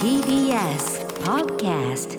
TBS Podcast。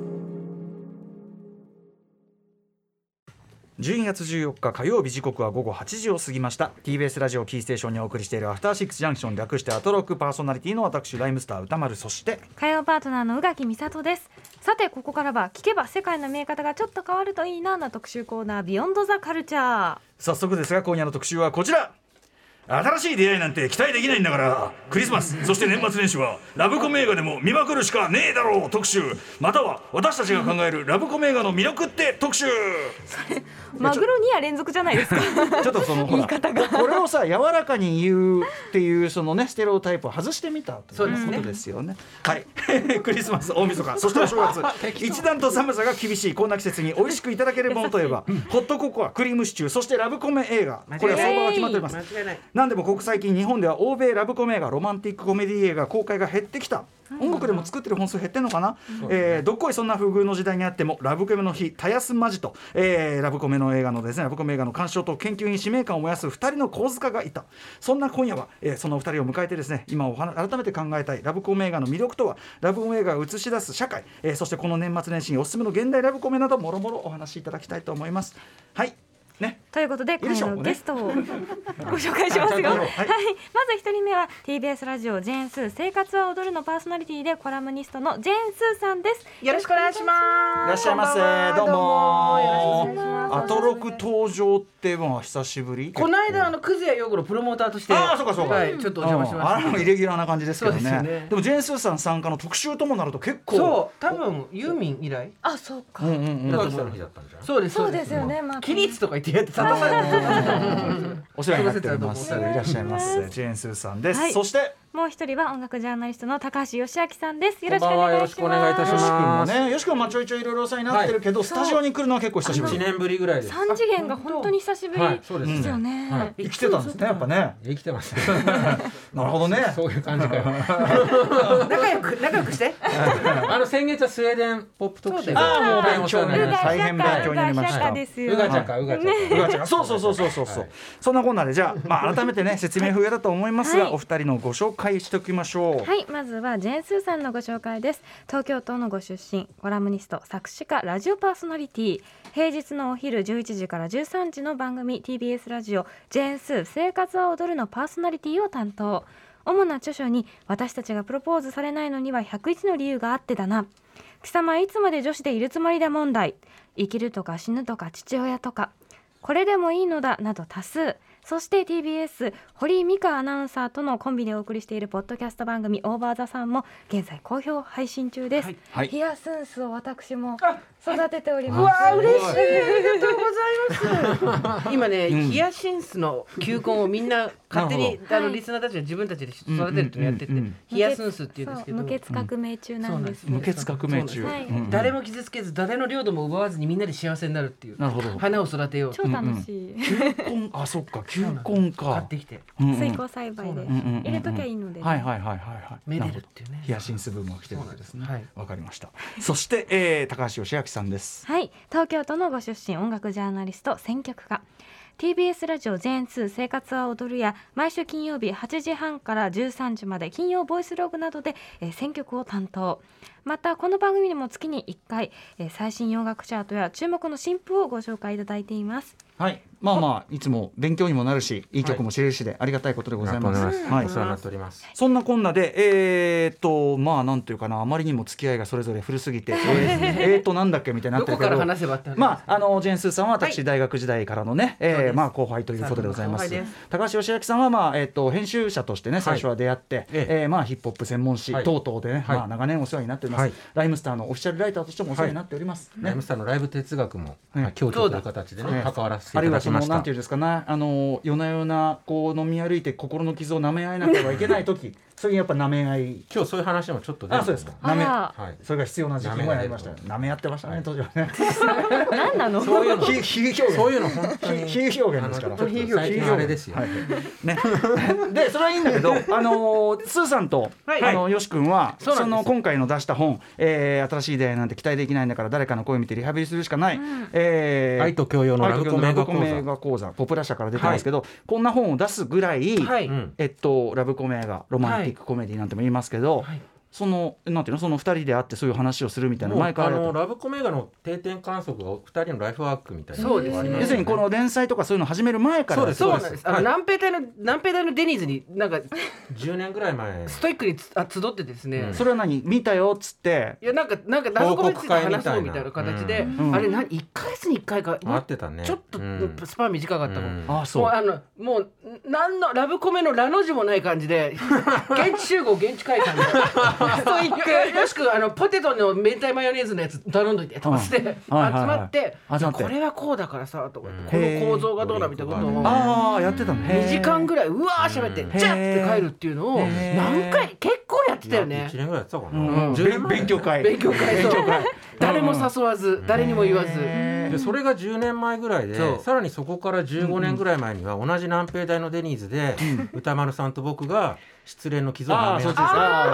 12月14日火曜日、時刻は午後8時を過ぎました。 TBS ラジオキーステーションにお送りしているアフターシックスジャンクション、略してアトロック、パーソナリティの私ライムスター歌丸、そして火曜パートナーの宇垣美里です。さてここからは聞けば世界の見え方がちょっと変わるといいなな特集コーナー、ビヨンドザカルチャー。 早速ですが今夜の特集はこちら。新しい出会いなんて期待できないんだから、クリスマスそして年末年始はラブコメ映画でも見まくるしかねえだろう特集、または私たちが考えるラブコメ映画の魅力って特集。 マグロ2夜連続じゃないですかちょっとそのほらこれをさ柔らかに言うっていうそのねステレオタイプを外してみたということですよね。はいクリスマス、大晦日、そしてお正月一段と寒さが厳しいこんな季節に美味しくいただけるものといえばホットココア、クリームシチュー、そしてラブコメ映画、これは相場が決まっております。 間違いない。 なんでもここ最近日本では欧米ラブコメ映画、ロマンティックコメディ映画公開が減ってきた。音楽でも作ってる本数減ってんのかな、どっこいそんな不遇の時代にあってもラブコメの日たやすまじと、ラブコメの映画のですね、ラブコメ映画の鑑賞と研究に使命感を燃やす2人の構図家がいた。そんな今夜は、その2人を迎えてですね、今改めて考えたいラブコメ映画の魅力とは、ラブコメ映画が映し出す社会、そしてこの年末年始におすすめの現代ラブコメなどもろもろお話しいただきたいと思います。はいね、 ということで今夜のゲストをご紹介しますよ。はい、まず1人目は TBS ラジオジェーンスー生活は踊るのパーソナリティでコラムニストのジェーンスーさんです。 よろしくお願いします。 いらっしゃいませ。どうも。アトロク登場ってもう久しぶり。 この間久津谷陽子のプロモーターとして、 そうかそうか、 はい、ちょっとお邪魔しました。 あれもイレギュラーな感じですけどそうですよね。 でもジェーンスーさん参加の特集ともなると結構、 そう多分ユーミン以来、 あ、そうか、 だと思う。そうですそうですよね。 起立とか言ってやってた。 お世話になっております。いらっしゃいます。ジェーンスーさんです。そしてもう一人は音楽ジャーナリストの高橋義明さんです。よろしくお願いします。よろしくお願いいたします。よし君もちょいちょいいろいろお世話になってるけど、スタジオに来るのは結構久しぶり。 1年ぶりぐらいです。 3次元が本当に久しぶりですよね。 生きてたんですね、やっぱね。 生きてます。 なるほどね。 そういう感じかよ。 仲良くして。 先月はスウェーデンポップ特集で、 もう勉強になりました。大変勉強になりました。 うがちゃかうがちゃか。 そう。そんなこんなでじゃあ改めてね説明不要だと思いますが、お二人のご紹介しておきましょう。 はい、まずはジェーンスーさんのご紹介です。東京都のご出身、コラムニスト、作詞家、ラジオパーソナリティ。平日のお昼11時から13時の番組 TBS ラジオジェーンスー生活は踊るのパーソナリティを担当。主な著書に、私たちがプロポーズされないのには101の理由があってだな、貴様はいつまで女子でいるつもりだ問題、生きるとか死ぬとか父親とか、これでもいいのだなど多数。そして TBS 堀井美香アナウンサーとのコンビでお送りしているポッドキャスト番組オーバーザさんも現在好評配信中です。ヒヤスンスを私も育てております。 わあ、嬉しい。ありがとうございます。今ね、ヒヤシンスの球根をみんな勝手にリスナーたちが自分たちで育てるっていうのをやってて、ヒヤスンスっていうんですけど、 無血革命中なんです。 無血革命中。 誰も傷つけず誰の領土も奪わずにみんなで幸せになるっていう。花を育てよう。 超楽しい。 あ、そっか。球根か。 買ってきて水耕栽培で入れときゃいいので、 めでるっていうね。 ヒヤシンスブームが来てるわけですね。わかりました。そして高橋義明さんです。 はい、東京都のご出身、音楽ジャーナリスト、選曲家。TBS ラジオジェーン2生活は踊るや毎週金曜日8時半から13時まで金曜ボイスログなどで選曲を担当。またこの番組でも月に1回最新洋楽チャートや注目の新譜をご紹介いただいています。 はい、いつも勉強にもなるしいい曲も知れるしでありがたいことでございます。 はい、お世話になっております。 そんなこんなでなんていうかな、あまりにも付き合いがそれぞれ古すぎてなんだっけみたいになってるけど、 どこから話せばってジェーンスーさんは私大学時代からのね後輩ということでございます。高橋義明さんは編集者としてね最初は出会ってヒップホップ専門誌等々でね長年お世話になっております。ライムスターのオフィシャルライターとしてもお世話になっております。 ライムスターのライブ哲学も教授という形でね関わらせていあるいはただきました。 なんていうんですかね、夜な夜なこう飲み歩いて心の傷を舐め合えなければいけない時それにやっぱ舐め合い、 今日そういう話もちょっとそうですか、舐め、それが必要な時期もありました。舐め合ってましたね当時はね。 何なのそういうの比喩表現、 そういうの本当に比喩表現ですから。 最近あれですよね。でそれはいいんだけどスーさんとよし君はその今回の出した本新しい出会いなんて期待できないんだから誰かの声を見てリハビリするしかない、 愛と教養のラブコメ映画講座、ポプラ社から出てますけど、こんな本を出すぐらいラブコメ映画ロマンティックコメディなんても言いますけど、 そのなんていうの、その2人で会ってそういう話をするみたいな前からラブコメ画の定点観測が2人のライフワークみたいな。 そうですね。 要するにこの連載とかそういうの始める前から。 そうなんです。南平台のデニーズになんか 10年ぐらい前ストイックに集ってですね、 それは何見たよっつって、 いやなんかラブコメについて話そうみたいな形で、あれ1ヶ月に1回か会ってたね。 ちょっとスパン短かったもん。 ああそう。 もう何のラブコメのラの字もない感じで現地集合現地解散でストイックよしくポテトの明太マヨネーズのやつ頼んどいてとかして集まってこれはこうだからさとかこの構造がどうだみたいなことをやってたの。 2時間ぐらいうわー喋ってジャッって帰るっていうのを何回結構やってたよね。 1年ぐらいやってたかな。 勉強会誰も誘わず誰にも言わずでそれが10年前ぐらいで、さらにそこから15年ぐらい前には同じ南平台のデニーズで歌丸さんと僕が失恋の傷を舐め合って、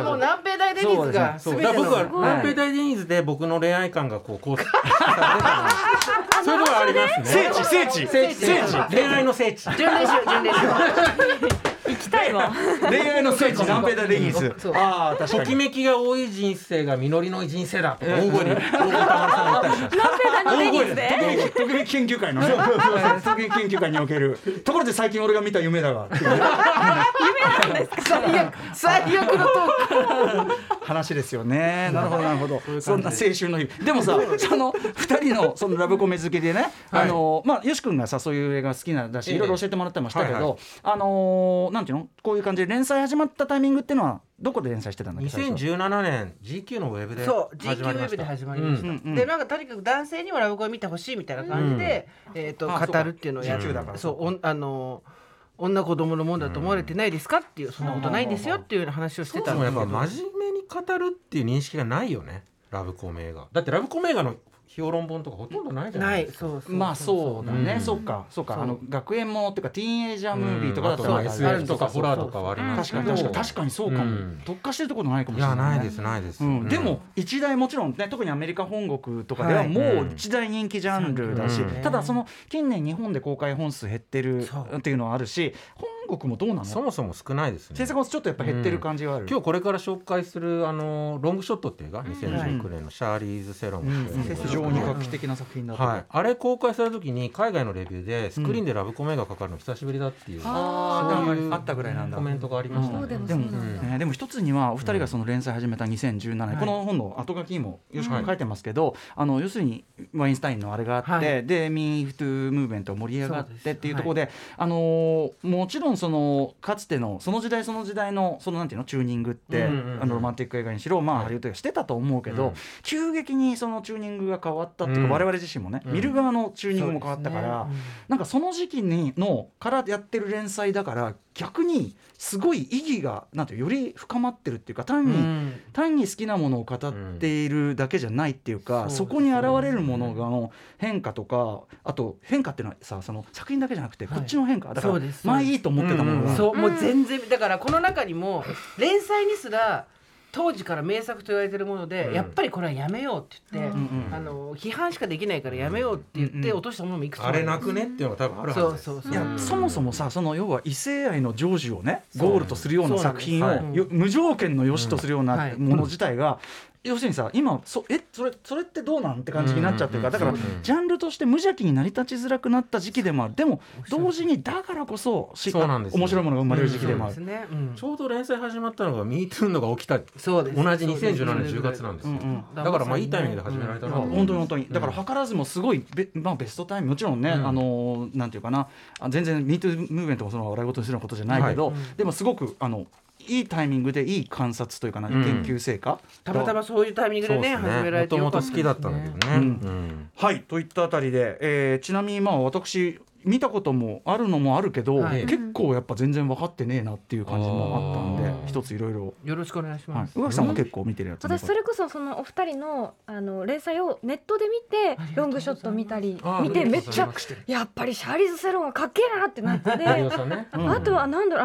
もう南平台デニーズが全ての僕は南平台デニーズで僕の恋愛観がこうそういうところありますね。 聖地恋愛の聖地。 巡礼しよ行きたいわ。 恋愛の聖地南平台デニーズ。ああ確かに。 ときめきが多い人生が実りのいい人生だって大声で歌丸さんが言ったりした。 南平台のデニーズでときめき研究会のときめき研究会におけるところで最近俺が見た夢だが夢なんですか。 最悪のトーク話ですよね。なるほどなるほど。そんな青春の日。でもさ、その2人のそのラブコメ好きでね、よし君がさそういう映画好きなんだし、いろいろ教えてもらってましたけど、なんていうの、こういう感じで連載始まったタイミングっていうのはどこで連載してたんだっけ。 2017年 GQ のウェブでそう GQ ウェブで始まりました。でなんかとにかく男性にもラブコメ見てほしいみたいな感じで語るっていうのをやって、そう女子供のもんだと思われてないですかっていう、そんなことないんですよっていう話をしてたんですけど、 やっぱ真面目に語るっていう認識がないよね、ラブコメ映画。だってラブコメ映画の評論本とかほとんどないじゃないですか。 まあそうだね。そうか学園ものっていうかティーンエイジャームービーとかだと SF とかホラーとかはありますけど、 確かにそうかも。特化してるところないかもしれない。 いやないです。 でも一大もちろんね、特にアメリカ本国とかではもう一大人気ジャンルだし、ただその近年日本で公開本数減ってるっていうのはあるし、本国もどうなの？ そもそも少ないですね。 制作もちょっとやっぱ減ってる感じがある。 今日これから紹介するロングショットっていう映画、2019年のシャーリーズ・セロン非常に画期的な作品だった。 あれ公開された時に海外のレビューでスクリーンでラブコメがかかるの久しぶりだっていう、 あったぐらいなんだコメントがありましたね。 でも一つにはお二人がその連載始めた2017年、この本の後書きにもよしく書いてますけど、要するにワインスタインのあれがあって、でミートゥームーブメント盛り上がってっていうところで、もちろんそのかつてのその時代のそのなんていうのチューニングってロマンティック映画にしろハリウッド映画してたと思うけど、急激にそのチューニングが変わったっていうか、我々自身もね見る側のチューニングも変わったから、なんかその時期のからやってる連載だから逆にすごい意義がなんてより深まってるっていうか、単に好きなものを語っているだけじゃないっていうか、そこに現れるものの変化とか、あと変化っていうのはさ、その作品だけじゃなくてこっちの変化だから、前いいと思ってたものが、 そうもう全然だからこの中にも連載にすら当時から名作と言われてるもので、やっぱりこれはやめようって言って、批判しかできないからやめようって言って落としたものもいくつもあれなくねっていうのが多分あるはずです。 いやそもそもさ、その要は異性愛の成就をねゴールとするような作品を無条件の良しとするようなもの自体が、要するにさ今それってどうなんって感じになっちゃってるから、だからジャンルとして無邪気に成り立ちづらくなった時期でもある。でも同時にだからこそ面白いものが生まれる時期でもある。 ちょうど連載始まったのが MeToo のが起きた同じ2017年10月なんですよ。だからまあいいタイミングで始められたな。 本当にだから図らずもすごいベストタイム、もちろんね、なんていうかな、全然 MeToo ムーブメントもその笑い事にするようなことじゃないけど、でもすごくいいタイミングでいい観察というかな、研究成果、 たまたまそういうタイミングでね始められてよかったですね。 もともと好きだったんだけどね。 はい、といったあたりで、ちなみに私見たこともあるのもあるけど、結構やっぱ全然分かってねえなっていう感じもあったんで、一ついろいろよろしくお願いします。 宇垣さんも結構見てるやつ、 私それこそそのお二人の連載をネットで見てロングショット見たり見て、めっちゃやっぱりシャーリーズ・セロンはかっけえなってなって、あとはなんだろう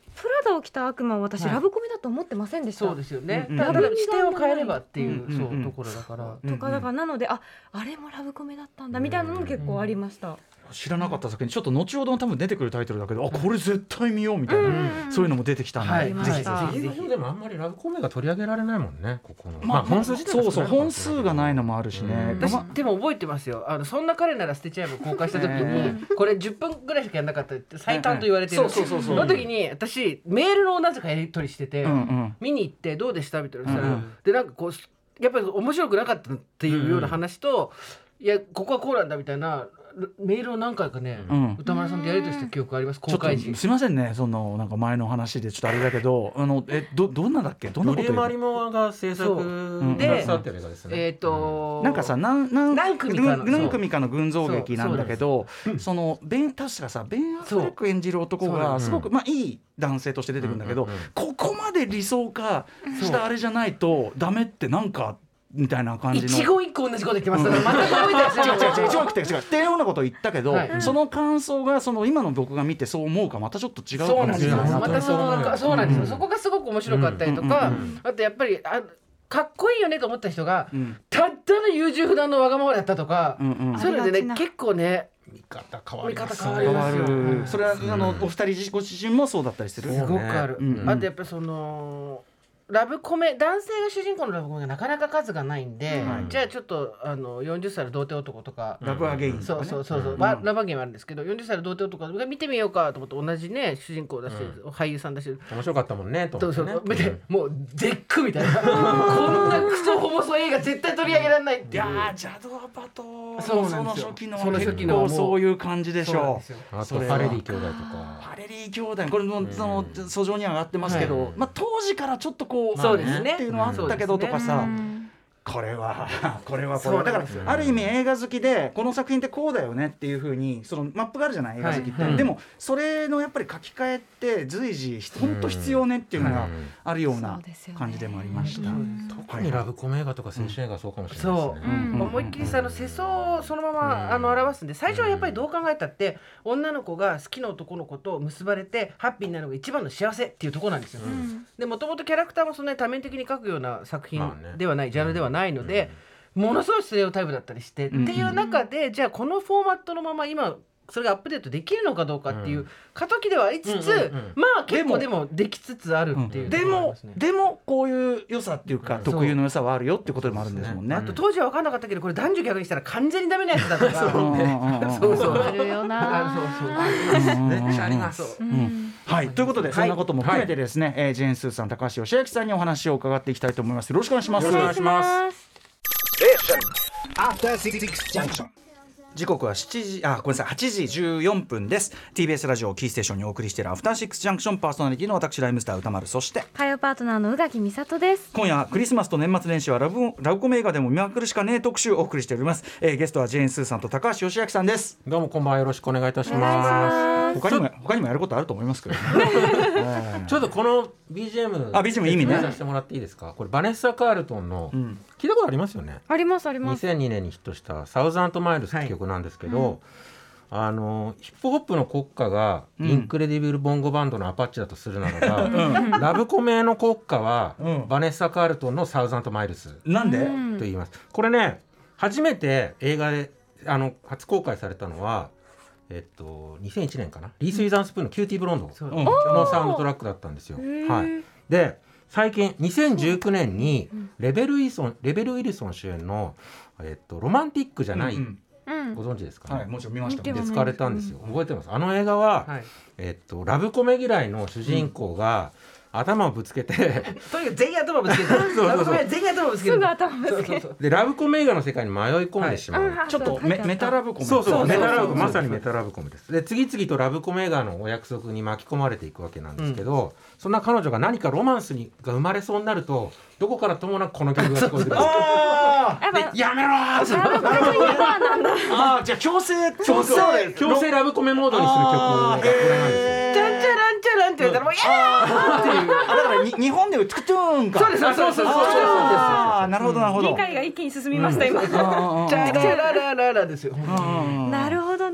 プラダを着た悪魔は私、ラブコメだと思ってませんでした。 そうですよね、 うんただ視点を変えればっていう、 うんそうところだから、 とかだからなのであれもラブコメだったんだみたいなのも結構ありました。 知らなかった作品、ちょっと後ほど多分出てくるタイトルだけど、これ絶対見ようみたいな、そういうのも出てきたんで、 はいぜひぜひ。 映画でもあんまりラブコメが取り上げられないもんね、ここの。本数自体そう本数がないのもあるしね。 私でも覚えてますよ。そんな彼なら捨てちゃえば公開した時に、これ10分ぐらいしかやんなかったって最短と言われてる。その時に私メールのなぜかやり取りしてて、見に行ってどうでしたみたいなしたら、でなんかこうやっぱり面白くなかったっていうような話と、いやここはこうなんだみたいな。メールを何回かね、歌丸さんとやり取りした記憶あります。公開時。 すいませんね、そのなんか前の話でちょっとあれだけど、どんなだっけ、どんなことドリエマリモが制作でさってる映画ですね。 なんかさ何組かの群像劇なんだけど、その確かさベン・アフレック演じる男がすごくいい男性として出てくるんだけど、ここまで理想化したあれじゃないとダメってなんか。みたいな感じの一語一句同じこと言ってますから、また覚えてらっしゃる。 違うっていうようなことを言ったけど、その感想がその今の僕が見てそう思うかまたちょっと違うかもしれない。 またそうなんですよ。そこがすごく面白かったりとか、あとやっぱりかっこいいよねと思った人がたったの優柔不断のわがままだったとか、そういうのでね結構ね見方変わりますよ。それはお二人ご自身もそうだったりする。 すごくある。あとやっぱりそのラブコメ、男性が主人公のラブコメがなかなか数がないんで、じゃあちょっと40歳の童貞男とか、 ラブアゲインとかね、 ラブアゲインはあるんですけど、40歳の童貞男とか見てみようかと思って同じね主人公だし、俳優さんだし面白かったもんねと思ってね、もう絶句みたいなこんなクソホモソ映画絶対取り上げられないっていう。 いやジャドアパトその初期の結構そういう感じでしょう。 あとパレリー兄弟とか、 パレリー兄弟これもその訴状には上がってますけど、当時からちょっとこうそうですねっていうのはあったけどとかさ、これはだからある意味映画好きでこの作品ってこうだよねっていう風にそのマップがあるじゃない映画好きって、でもそれのやっぱり書き換えって随時本当必要ねっていうのがあるような感じでもありました。 特にラブコメ映画とか青春映画そうかもしれないですね。 思いっきり世相をそのまま表すんで、最初はやっぱりどう考えたって女の子が好きな男の子と結ばれてハッピーになるのが一番の幸せっていうところなんですよ。でもともとキャラクターもそんなに多面的に描くような作品ではない、ジャンルではないので、ものすごいステレオタイプだったりしてっていう中で、じゃあこのフォーマットのまま今それがアップデートできるのかどうかっていう過渡期ではありつつ、まあ結構でもできつつあるっていう、 でもこういう良さっていうか特有の良さはあるよってことでもあるんですもんね。 あと当時は分かんなかったけどこれ男女逆にしたら完全にダメなやつだとかそうあるよな。 めっちゃあります。 はい、ということでそんなことも含めてですね、ジェーンスーさん、高橋義明さんにお話を伺っていきたいと思います。よろしくお願いします。 よろしくお願いします。 時刻は8時14分です。 TBS ラジオキーステーションにお送りしているアフターシックスジャンクション、パーソナリティの私ライムスター歌丸、そして火曜パートナーの宇垣美里です。 今夜クリスマスと年末年始はラブコメ映画でも見まくるしかねえ特集をお送りしております。ゲストはジェーンスーさんと高橋義明さんです。 どうもこんばんは、よろしくお願いいたします。 他にもやることあると思いますけどねちょっとこの BGM 意味ねさせてもらっていいですか。これバネッサ・カールトンの、聞いたことありますよね。 ありますあります。 2002年にヒットしたサウザントマイルスって曲なんですけど、ヒップホップの国歌がインクレディブルボンゴバンドのアパッチだとするならば、ラブコメの国歌は、バネッサ・カールトンのサウザントマイルスなんでと言います。これね、初めて映画で初公開されたのは2001年かな、リース・ウィザンスプーンのキューティーブロンドのサウンドトラックだったんですよ。で最近2019年にレベル・ウィルソン主演の、ロマンティックじゃない、ご存知ですかね。 もちろん見ました。 で使われたんですよ。覚えてます。あの映画は、ラブコメ嫌いの主人公が、頭をぶつけてとにかく全員頭ぶつけて全員頭ぶつけてでラブコメ映画の世界に迷い込んでしまう、 ちょっとメタラブコメ、 メタラブ、まさにメタラブコメです。で次々とラブコメ映画のお約束に巻き込まれていくわけなんですけど、そんな彼女が何かロマンスが生まれそうになると、どこからともなくこの曲が聞こえてくる。やめろー。 じゃあ強制ラブコメモードにする曲がこれなんですよ。 チャンチャランチャランって言ったらもうやーっていう。 だから日本でいうトゥクトゥーンか。 そうですそう。 なるほどなるほど。 理解が一気に進みました今。 チャンチャララララですよ。 なるほどな。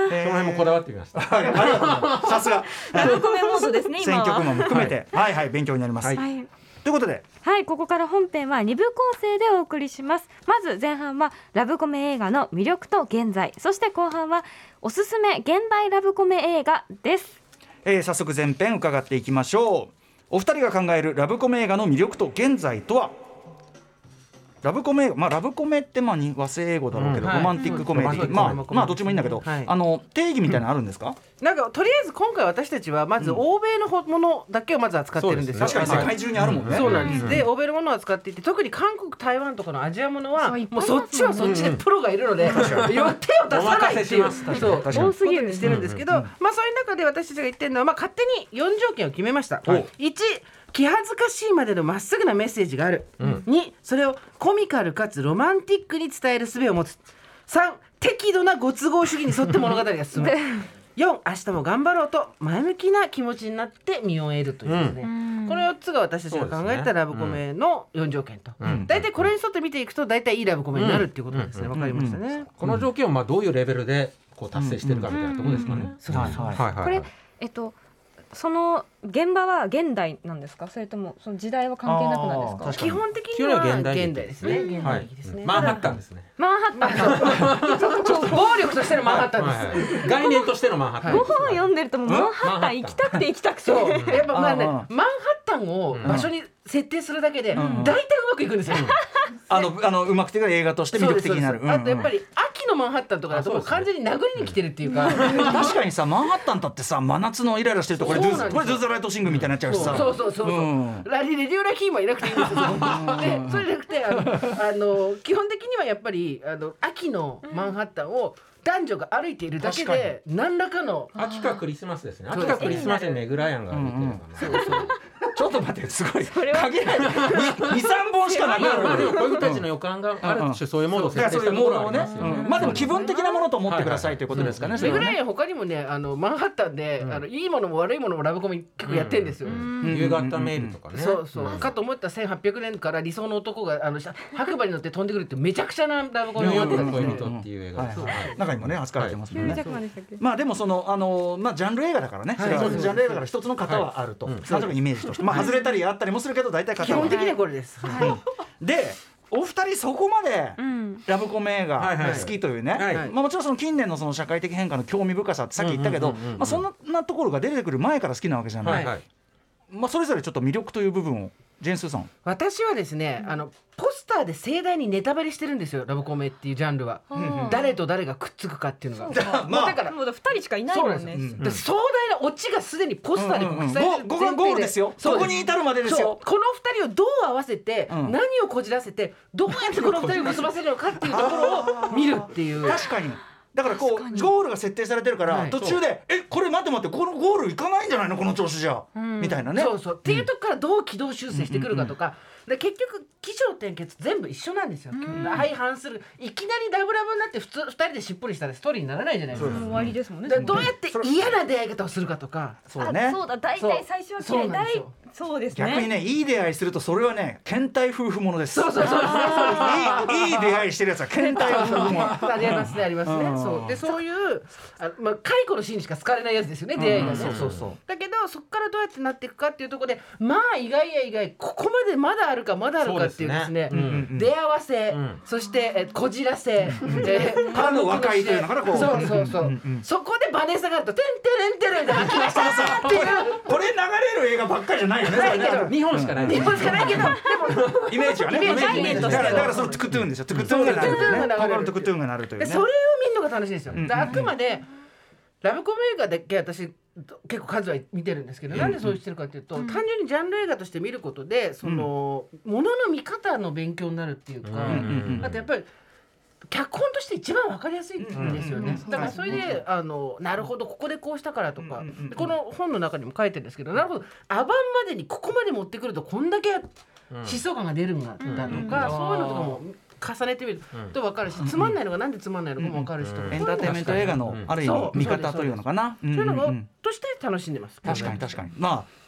の辺もこだわってみました。 ありがとうございます。さすがラブコメモードですね今は。 選曲も含めてはいはい勉強になります。 はい、 ということではい、ここから本編は2部構成でお送りします。まず前半はラブコメ映画の魅力と現在、そして後半はおすすめ現代ラブコメ映画です。 早速前編伺っていきましょう。お二人が考えるラブコメ映画の魅力と現在とは。ラブコメ、ラブコメって和製英語だろうけど、ロマンティックコメディ、どっちもいいんだけど、定義みたいなのあるんですか？ なんかとりあえず今回私たちはまず欧米のものだけをまず扱ってるんですよ。 確かに世界中にあるもんね。 そうなんです。で欧米のものを扱っていて、特に韓国台湾とかのアジアものはもうそっちはそっちでプロがいるので手を出さないっていうそう多すぎるしてるんですけど、そういう中で私たちが言ってるのは勝手に4条件を決めました。1、気恥ずかしいまでのまっすぐなメッセージがある。2、それをコミカルかつロマンティックに伝える術を持つ。3、適度なご都合主義に沿って物語が進む。4、明日も頑張ろうと前向きな気持ちになって身を得るというですね、この4つが私たちが考えたラブコメの4条件と、大体これに沿って見ていくと大体いいラブコメになるっていうことなんですね。わかりましたね。 この条件をどういうレベルで達成してるかみたいなところですかね。 これその現場は現代なんですか、それともその時代は関係なくないですか？ 基本的には現代ですね。現代ですね。 マンハッタンですね。 マンハッタン暴力としてのマンハッタンです。 概念としてのマンハッタン。 ご本読んでるともうマンハッタン行きたくて行きたくて、 やっぱマンハッタンを場所に設定するだけで大体うまくいくんですよ。 うまくて映画として魅力的になる。 あとやっぱり秋のマンハッタンとかだともう完全に殴りに来てるっていうか、 確かにさマンハッタンだってさ真夏のイライラしてるとこれドゥーザライトシングみたいになっちゃうしさ、 そうレディオラキーマンいなくていいんですよ。でそれじゃなくて基本的にはやっぱり秋のマンハッタンを男女が歩いているだけで何らかの秋かクリスマスですね。秋かクリスマスにメグライアンが歩いてるかな。 ちょっと待って、すごい限らない2、3本しかなくなる。 子供たちの予感がある種そういうモードを設定したところはありますよね。 でも気分的なものと思ってくださいということですかね。 メグライアン他にもねマンハッタンでいいものも悪いものもラブコメ結構やってるんですよ。 夕方メールとかね。 そうかと思った1800年から理想の男が白馬に乗って飛んでくるってめちゃくちゃなラブコメになってたんですよ。 っていう映画です。 中にもね扱われてますもんね。でもそのジャンル映画だからね。ジャンル映画だから一つの型はあると。例えばイメージとして外れたりあったりもするけど大体基本的にはこれです。 でお二人そこまでラブコメ映画好きというね、もちろんその近年のその社会的変化の興味深さってさっき言ったけど、そんなところが出てくる前から好きなわけじゃない。それぞれちょっと魅力という部分をジェーンスーさん。 私はですねポスターで盛大にネタバレしてるんですよラブコメっていうジャンルは。誰と誰がくっつくかっていうのがだからもう2人しかいないもんね。 壮大なオチがすでにポスターで告知されてるここがゴールですよ。そこに至るまでですよ。 この2人をどう合わせて何をこじらせてどうやってこの2人を結ばせるのかっていうところを見るっていう。 確かにだからこうゴールが設定されてるから途中でこれ待ってこのゴールいかないんじゃないのこの調子じゃみたいなね。 そうっていうとこからどう軌道修正してくるかとかで結局起承転結全部一緒なんですよ。相反するいきなりラブラブになって普通2人でしっぽりしたらストーリーにならないじゃないですか。 終わりですもんね。 どうやって嫌な出会い方をするかとか。 そうだ大体最初は綺麗そうですね。 逆にねいい出会いするとそれはね倦怠夫婦ものです。そういい出会いしてるやつは倦怠夫婦もの。 ありますね。そういう解雇のシーンしか使われないやつですよね出会いがね。だけどそこからどうやってなっていくかっていうところで意外や意外ここまでまだあるかっていうですね出会わせそしてこじらせからの和解というのからこうそこでバネサがとテンテレンテレンで吐き出したっていうこれ流れる映画ばっかりじゃないよね。 2本しかないけどイメージはねだからそのトゥクトゥーンですよ。トゥクトゥーンがなる心のトゥクトゥーンがなるというね。 それを見るのが楽しいですよ。あくまでラブコメ映画だけ私結構数は見てるんですけど、なんでそうしてるかというと単純にジャンル映画として見ることでそのものの見方の勉強になるっていうか、あとやっぱり脚本として一番わかりやすいんですよね。だからそれでなるほどここでこうしたからとかこの本の中にも書いてるんですけど、なるほどアバンまでにここまで持ってくるとこんだけ疾走感が出るんだとか、そういうのとかも重ねてみると分かるし、つまんないのがなんでつまんないのかも分かるしとか、 エンターテインメント映画のある意味見方というのかな、 そういうのとして楽しんでます。 確かに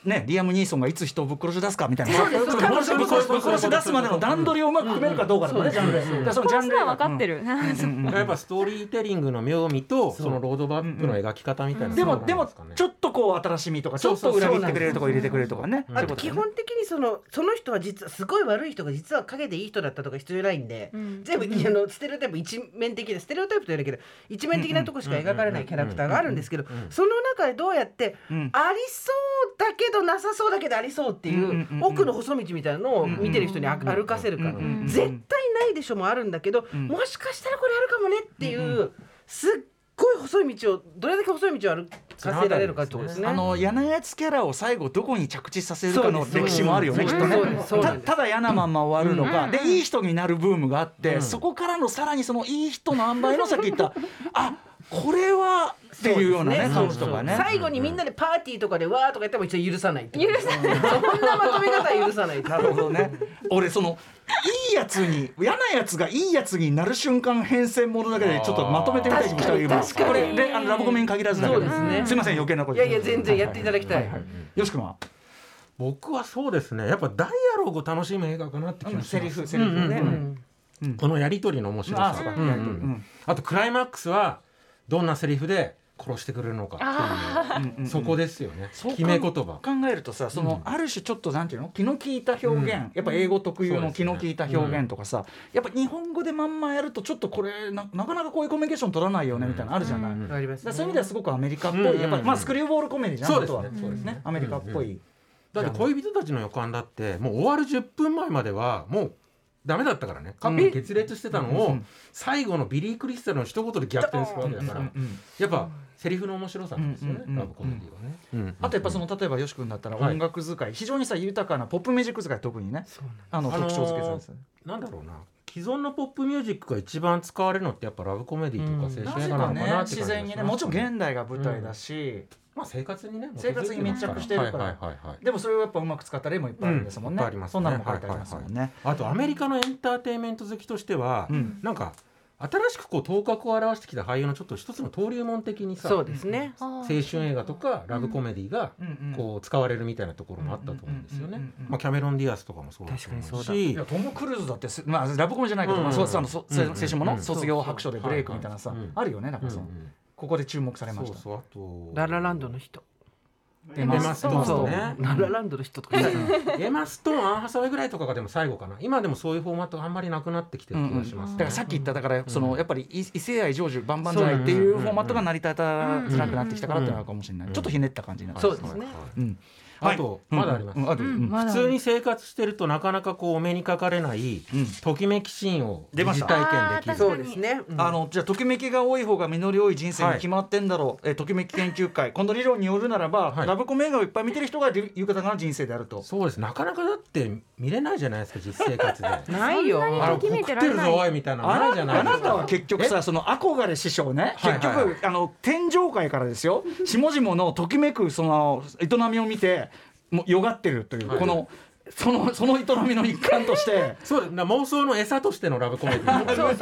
ねリアム・ニーソンがいつ人をぶっ殺し出すかみたいな、 そうですぶっ殺し出すまでの段取りをうまく組めるかどうかとかね、ジャンルでそのジャンルは分かってる、 やっぱストーリーテリングの妙味とそのロードマップの描き方みたいな、 でもちょっとこう新しみとかちょっと裏切ってくれるとこ入れてくれるとかね。 あと基本的にその人は実はすごい悪い人が実は陰でいい人だったとか必要ないんで、全部ステレオタイプ一面的で、ステレオタイプと言うけど一面的なとこしか描かれないキャラクターがあるんですけど、その中でどうやってありそうだけどなさそうだけどありそうっていう奥の細道みたいなのを見てる人に歩かせるか、絶対ないでしょもあるんだけど、もしかしたらこれあるかもねっていうすっごい細い道をどれだけ細い道を歩かせられるかってことですね。 嫌なやつキャラを最後どこに着地させるかの歴史もあるよね、きっとね。ただ嫌なまんま終わるのか、でいい人になるブームがあって、そこからのさらにそのいい人の塩梅のさっき言ったこれはっていうようなね感じとかね。 最後にみんなでパーティーとかでわーとか言っても一応許さないっていう、そんなまとめ方は許さない。 なるほどね。俺そのいいやつに嫌なやつがいいやつになる瞬間変遷ものだけでちょっとまとめてみたい気もした今これでラブコメに限らずだけど、すいません余計なこと。 いや全然やっていただきたい。 よしくんは？ 僕はそうですね、やっぱダイアログを楽しむ映画かなって気がします。 セリフね、 このやり取りの面白さ、あとクライマックスはどんなセリフで殺してくれるのかっていう、そこですよね。決め言葉考えるとさ、そのある種ちょっとなんていうの気の利いた表現、やっぱ英語特有の気の利いた表現とかさ、やっぱ日本語でまんまやるとちょっとこれ なかなかこういうコミュニケーション取らないよねみたいなのあるじゃない。そういう意味ではすごくアメリカっぽい、やっぱりスクリューボールコメディじゃん。 そうですね、 アメリカっぽい。 だって恋人たちの予感だってもう終わる10分前まではもうダメだったからね、カップル決裂してたのを最後のビリー・クリスタルの一言で逆転するわけだから、やっぱセリフの面白さなんですよね、ラブコメディはね。 あとやっぱその例えばよし君だったら音楽使い非常にさ豊かなポップミュージック使い特にね特徴付けするんです。 なんだろうな、既存のポップミュージックが一番使われるのってやっぱラブコメディとか青春映画なのかなって感じがします。 自然にね、もちろん現代が舞台だし、 生活に密着してるから、でもそれをやっぱうまく使った例もいっぱいあるんですもんね。そんなのも書いてありますもんね。 あとアメリカのエンターテインメント好きとしては、なんか新しくこう頭角を現してきた俳優のちょっと一つの登竜門的にさ、 そうですね、 青春映画とかラブコメディがこう使われるみたいなところもあったと思うんですよね。キャメロン・ディアスとかもそうだと思うし、 トム・クルーズだってラブコメじゃないけど青春もの卒業白書でブレイクみたいなさあるよね。なんかそのここで注目されました。 あとララランドの人、 エマストーンね、 ララランドの人とかエマストーン、アン・ハサウェイぐらいとかがでも最後かな。今でもそういうフォーマットがあんまりなくなってきてる気がします、 だからさっき言っただからそのやっぱり異性愛成就バンバンじゃないっていうフォーマットが成り立たづらくなってきたからっていうのがあるかもしれない。ちょっとひねった感じになってますね。 そうですね。 あとまだあります。普通に生活してるとなかなかこうお目にかかれないときめきシーンを疑似体験できる。 そうですね。 じゃあときめきが多い方が実り多い人生に決まってんだろう。ときめき研究会、この理論によるならば、ラブコメ映画をいっぱい見てる人が豊かな人生であると。 そうです。なかなかだって見れないじゃないですか、実生活で。 ないよ。 食ってるぞおいみたいなのないじゃないですか。 あなたは結局さ、その憧れ師匠ね、結局天上界からですよ、下々のときめくその営みを見てもうよがってるという、このその営みの一環としてそう妄想の餌としてのラブコメディそう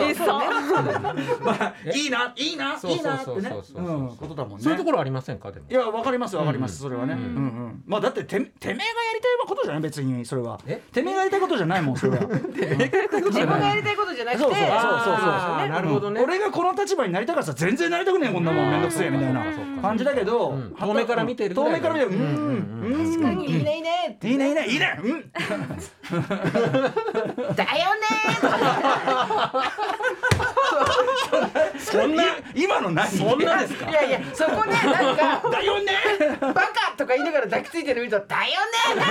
いいなってねことだもんね。 そういうところありませんか。でもいやわかりますそれはね。まあだっててめえがやりたいことじゃない、別にそれはてめえがやりたいことじゃないもん、それは自分がやりたいことじゃなくて、そうなるほどね。 俺がこの立場になりたかったら全然なりたくねえ、こんなもんめんどくせえみたいな感じだけど、 遠目から見てる確かにいいねいいねいいねいいねいいねだよねそんな今の何そんなですか。 いやそこね、なんかだよねバカとか言いながら抱きついてる見るとだよね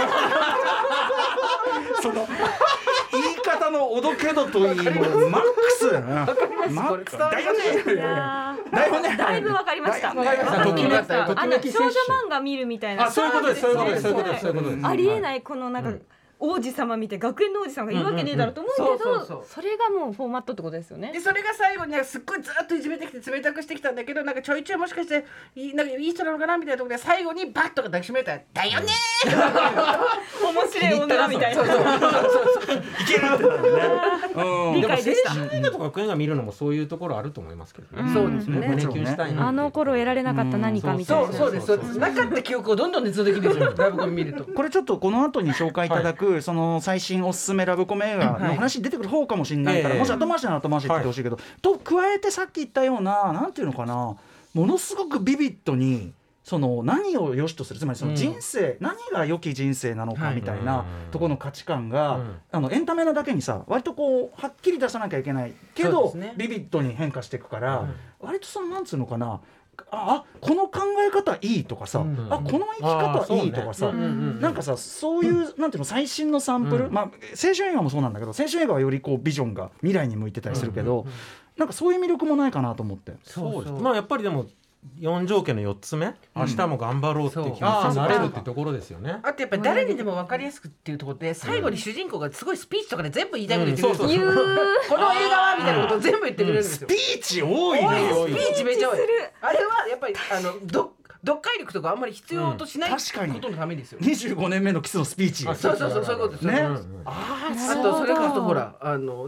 その言い方のおどけ度といいもうマックスだな。だよねだいぶわかりました。 ときめき少女漫画見るみたいな。 そういうことです。 ありえないこのなんか王子様見て学園の王子様がいるわけねえだろうと思うけど、それがもうフォーマットってことですよね。 でそれが最後にすっごいずっといじめてきて冷たくしてきたんだけど、なんかちょいちょいもしかしてなんかいい人なのかなみたいなところで最後にバッとか抱きしめたらだよね面白い女みたいな。 いけるってなるね。 理でも青解でした。 春映画とか学園映画見るのもそういうところあると思いますけどね。 そうですよね胸キュンしたいな。 あの頃得られなかった何かみたいな。 そうですそうですなかった記憶をどんどん捏造できるんですよラブコメ見ると。 これちょっとこの後に紹介いただく、その最新おすすめラブコメ映画の話に出てくる方かもしれないから、もし後回しなら後回しって言ってほしいけど、と加えてさっき言ったようななんていうのかな、ものすごくビビッドにその何を良しとする、つまりその人生、何が良き人生なのかみたいなところの価値観が、エンタメなだけにさ割とこうはっきり出さなきゃいけないけど、ビビッドに変化していくから、割とそのなんつうのかな、この考え方いいとかさ、この生き方いいとかさ、なんかさそういうなんていうの最新のサンプル、青春映画もそうなんだけど、青春映画はよりこうビジョンが未来に向いてたりするけど、なんかそういう魅力もないかなと思って。 そうです。やっぱりでも4条件の4つ目、明日も頑張ろうっていう気持ちになれるってところですよね。 あとやっぱり誰にでも分かりやすくっていうところで、最後に主人公がすごいスピーチとかで全部言いたいこと言ってくれるんですよ。この映画はみたいなことを全部言ってくれるんですよ。 スピーチ多いね。 スピーチめちゃ多い。あれはやっぱり読解力とかあんまり必要としないことのためですよ。 25年目のキスのスピーチ。 そういうことですね。あとそれこそほら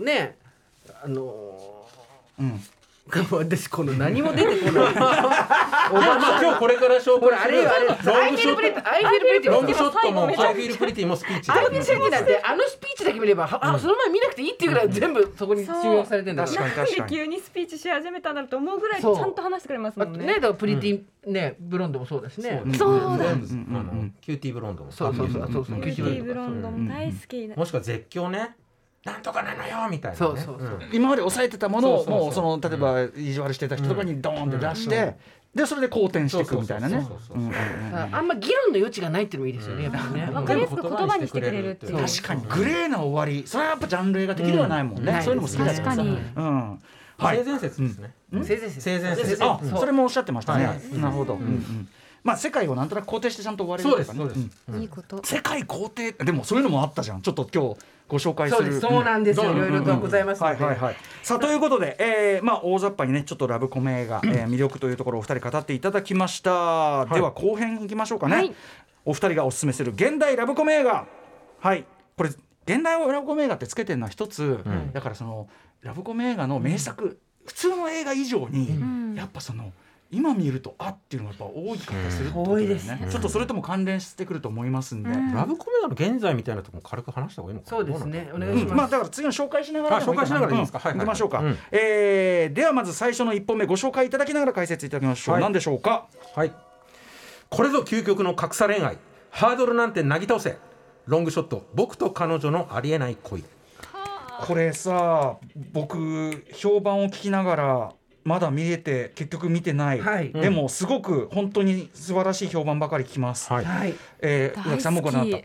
私この何も出てこない。 今日これから紹介するアイフィールプリティロングショットもアイフィールプリティもスピーチ。 アイフィールプリティなんてスピーチだけ見ればその前見なくていいっていうぐらい全部そこに集約されてるんだから。 なんで急にスピーチし始めたんだろうと思うぐらいちゃんと話してくれますもんね。 ね、だからプリティねブロンドもそうですね。 そうだ。 キューティーブロンドもそうキューティーブロンドも大好き。 もしくは絶叫ね。なんとかなのよみたいな。 今まで抑えてたものをもうその例えば意地悪してた人とかにドーンって出して、でそれで好転していくみたいなね。 あんま議論の余地がないっていうのもいいですよね。やっぱりね。 分かりやすく言葉にしてくれるっていう。 確かにグレーな終わり、それはやっぱジャンル映画的ではないもんね。そういうのも好きだし。 確かに。 性善説ですね。性善説。 それもおっしゃってましたね。なるほど。世界をなんとなく肯定してちゃんと終われるとかね。 いいこと。 世界肯定、でもそういうのもあったじゃん。ちょっと今日ご紹介する。 そうなんですよ。いろいろとございますので。 さあということで、大雑把にねちょっとラブコメ映画、魅力というところをお二人語っていただきました。では後編いきましょうかね。お二人がおすすめする現代ラブコメ映画。はい。これ現代ラブコメ映画ってつけてるのは一つ。だからそのラブコメ映画の名作、普通の映画以上にやっぱその。今見るとっていうのがやっぱ多いかったりするってことだよね。ちょっとそれとも関連してくると思いますんで、 ラブコメの現在みたいなところも軽く話した方がいいのかな。 そうですね。お願いします。 だから次の紹介しながら紹介しながらいいですか。 行きましょうか。ではまず最初の1本目ご紹介いただきながら解説いただきましょう。何でしょうか。 はい。これぞ究極の格差恋愛。ハードルなんてなぎ倒せ。ロングショット。僕と彼女のありえない恋。 これさ、僕評判を聞きながら。まだ見れて結局見てない、でもすごく本当に素晴らしい評判ばかり聞きます。宇垣さんもご覧になった。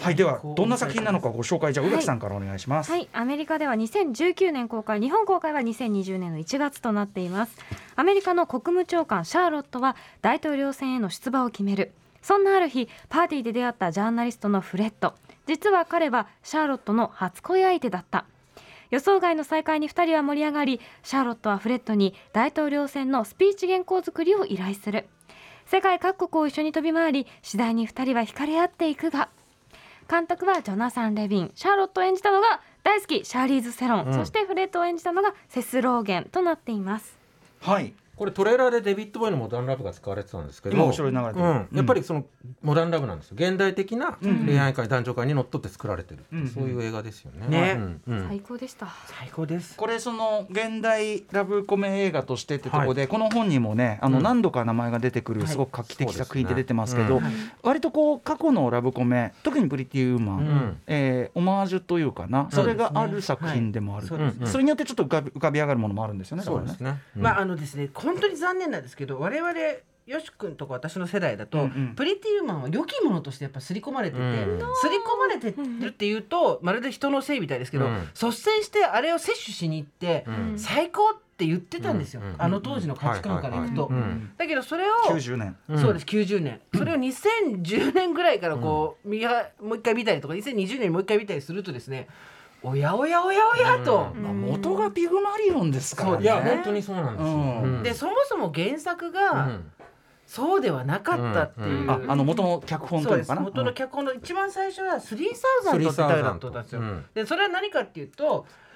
はい、ではどんな作品なのかご紹介、じゃあ宇垣さんからお願いします。 はい、アメリカでは2019年公開、日本公開は2020年の1月となっています。アメリカの国務長官シャーロットは大統領選への出馬を決める。そんなある日、パーティーで出会ったジャーナリストのフレッド。実は彼はシャーロットの初恋相手だった。予想外の再会に2人は盛り上がり、シャーロットはフレッドに大統領選のスピーチ原稿作りを依頼する。世界各国を一緒に飛び回り、次第に2人は惹かれ合っていくが、監督はジョナサン・レビン、シャーロットを演じたのが大好きシャーリーズ・セロン、そしてフレッドを演じたのがセス・ローゲンとなっています。 はい、 これトレーラーでデビッド・ボーイのモダンラブが使われてたんですけど、 後ろに流れてる、 やっぱりそのモダンラブなんですよ。現代的な恋愛界、男女界にのっとって作られてる、そういう映画ですよね。 最高でした。 最高です。 これその現代ラブコメ映画としてってところで、この本にもね何度か名前が出てくるすごく画期的作品って出てますけど、割とこう過去のラブコメ、特にプリティウーマン、オマージュというかな、それがある作品でもある。それによってちょっと浮かび上がるものもあるんですよね。 そうですね。 ですね、本当に残念なんですけど、我々よし君とか私の世代だと、プリティウーマンは良きものとしてやっぱ刷り込まれてて、刷り込まれてるっていうとまるで人のせいみたいですけど、率先してあれを摂取しに行って、最高って言ってたんですよ、あの当時の価値観からいくと。だけどそれを 90年、 そうです90年、それを2010年ぐらいからこう、もう一回見たりとか2020年にもう一回見たりするとですね、おやおやおやおやと、 元がピグマリオンですからね。 いや本当にそうなんですよ。 でそもそも原作が、そうではなかったっていう、 元の脚本というのかな。 元の脚本の一番最初は3000ってタイトルだったんですよ。でそれは何かっていうと、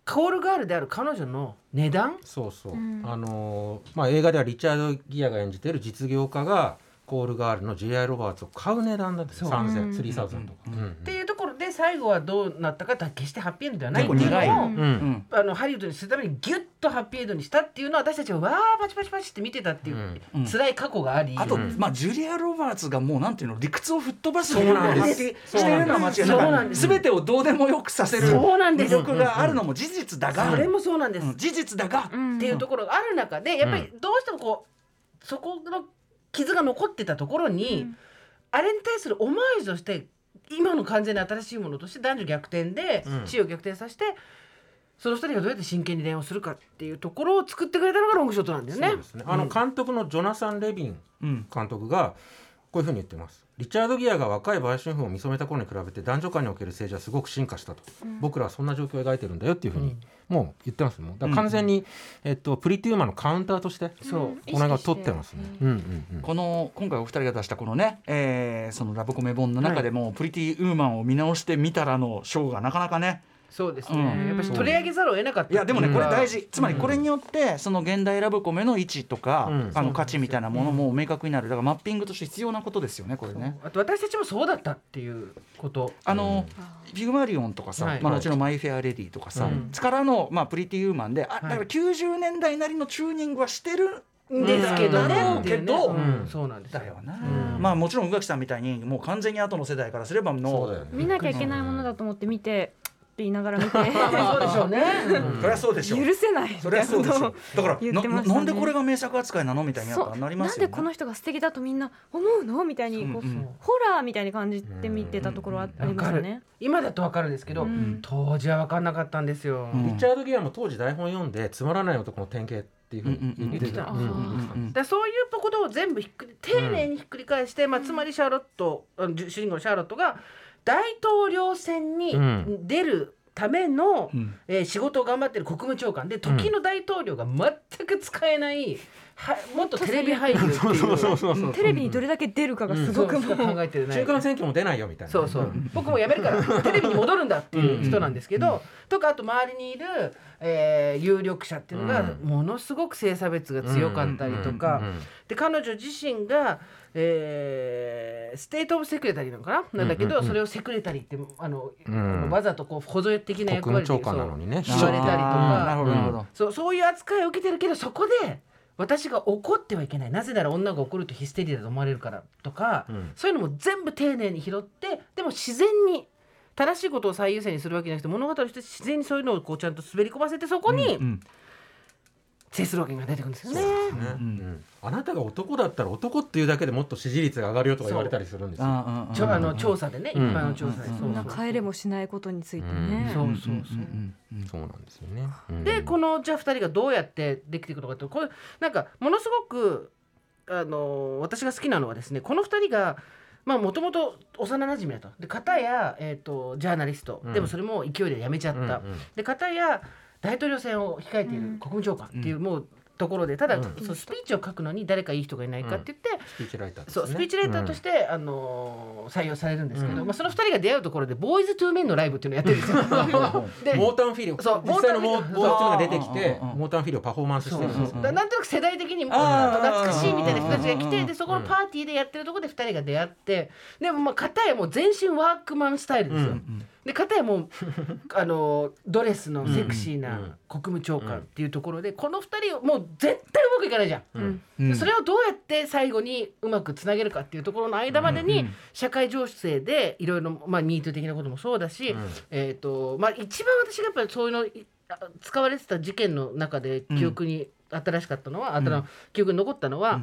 コールガールである彼女の値段、 そうそう、 うん、 映画ではリチャード・ギアが演じている実業家がコールガールの J.I. ロバーツを買う値段だって3000、3000とか、 っていうところで最後はどうなったかとは決してハッピーエンドではないっていう結構苦いのを、ハリウッドにするためにギュッとハッピーエンドにしたっていうのは私たちはわーパチパチパチって見てたっていう辛い過去があり、 あと、ジュリア・ロバーツがもうなんていうの理屈を吹っ飛ばすそうなんですしてるのは間違いない。全てをどうでもよくさせる魅力があるのも事実だが、 それもそうなんです、 事実だがっていうところがある中でやっぱりどうしてもこうそこの傷が残ってたところに、あれに対するオマージュとして今の完全に新しいものとして男女逆転で地位を逆転させて、その2人がどうやって真剣に恋愛をするかっていうところを作ってくれたのがロングショットなんだよね。 そうですね。監督のジョナサン・レビン監督がこういうふうに言ってます。リチャード・ギアが若い売春婦を見初めた頃に比べて男女間における政治はすごく進化したと、僕らはそんな状況を描いてるんだよっていうふうにもう言ってますもん。だから完全に、プリティウーマンのカウンターとしてこの映画を撮ってますね。 この今回お二人が出したこのね、そのラブコメ本の中でも、プリティウーマンを見直してみたらの賞がなかなかね、 そうですね、やっぱり取り上げざるを得なかった。 いやでもねこれ大事、つまりこれによってその現代ラブコメの位置とか、価値みたいなものも明確になる。だからマッピングとして必要なことですよねこれね。 あと私たちもそうだったっていうこと、 ピグマリオンとかさ、もちろんマイ・フェア・レディとかさ、からの、プリティウーマンで、だから90年代なりのチューニングはしてるんですけどね、 そうなんだよな。もちろん宇垣さんみたいにもう完全に後の世代からすれば見なきゃいけないものだと思って見てって言いながら見てそうでしょうね、 そりゃそうでしょう、 許せない、 そりゃそうでしょう。だからなんでこれが名作扱いなのみたいになりますよね。 なんでこの人が素敵だとみんな思うのみたいにホラーみたいに感じて見てたところはありますよね。 今だと分かるんですけど、当時は分かんなかったんですよ。 リチャード・ギアも当時台本読んでつまらない男の典型っていうふうに言ってた。 そういうことを全部丁寧にひっくり返して、つまりシャーロット、主人公のシャーロットが大統領選に出るための、仕事を頑張っている国務長官で、時の大統領が全く使えない、もっとテレビ俳優っていう、 テレビにどれだけ出るかがすごく考えてるね。 中間選挙も出ないよみたいな。 そうそう、僕も辞めるからテレビに戻るんだっていう人なんですけど、とかあと周りにいる、有力者っていうのがものすごく性差別が強かったりとか、で彼女自身がステートオブセクレタリーなのかな、なんだけど、それをセクレタリーってわざとこう補助的な役割で言われたりとか、そういう扱いを受けてるけど、そこで私が怒ってはいけない、なぜなら女が怒るとヒステリアだと思われるからとか、そういうのも全部丁寧に拾って、でも自然に正しいことを最優先にするわけじゃなくて、物語として自然にそういうのをこうちゃんと滑り込ませて、そこにセスローゲンが出てくるんですよね。 あなたが男だったら男っていうだけでもっと支持率が上がるよとか言われたりするんですよ。 調査でね、一般の調査で帰れもしないことについてね。 そうなんですよね。 でこのじゃあ2人がどうやってできていくのかって、これなんかものすごく私が好きなのはですね、この2人がもともと幼馴染だと。で片や、ジャーナリスト、でもそれも勢いで辞めちゃった、で片や大統領選を控えている国務長官っていう、もうところで、ただ、そのスピーチを書くのに誰かいい人がいないかって言って、 スピーチライターそうスピーチライターとして、採用されるんですけど、その2人が出会うところでボーイズ・トゥー・メンのライブっていうのをやってるんですよ。 でモータンフィリオ、実際のモータンフィリオが出てきて、モータンフィリオパフォーマンスしてるんですよ。 なんとなく世代的に懐かしいみたいな人たちが来て、でそこのパーティーでやってるところで2人が出会って、でも片やもう全身ワークマンスタイルですよ。で片やもうドレスのセクシーな国務長官っていうところで、この2人をもう絶対うまくいかないじゃん、それをどうやって最後にうまくつなげるかっていうところの間までに、社会情勢でいろいろミートゥー的なこともそうだし、一番私がやっぱりそういうの使われてた事件の中で記憶に新しかったのは、記憶に残ったのは、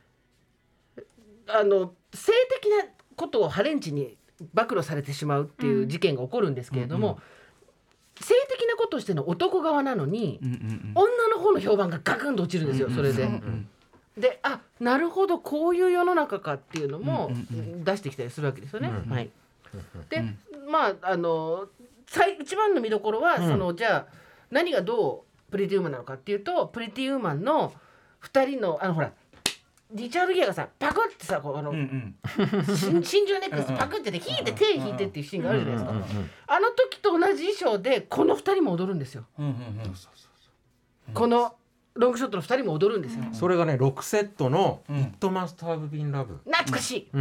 性的なことをハレンチに暴露されてしまうっていう事件が起こるんですけれども、性的なことをしての男側なのに、女の方の評判がガクンと落ちるんですよ、それで。で、なるほどこういう世の中かっていうのも出してきたりするわけですよね。で一番の見どころは、じゃあ何がどうプリティウーマンなのかっていうと、プリティウーマンの2人のほらリチャード・ギアがさパクってさこう真珠ネックスパクってて引いて手引いてっていうシーンがあるじゃないですか。あの時と同じ衣装でこの2人も踊るんですよ。このロングショットの2人も踊るんですよ。 それがね6セットの It Must Have Been Love、 懐かしい、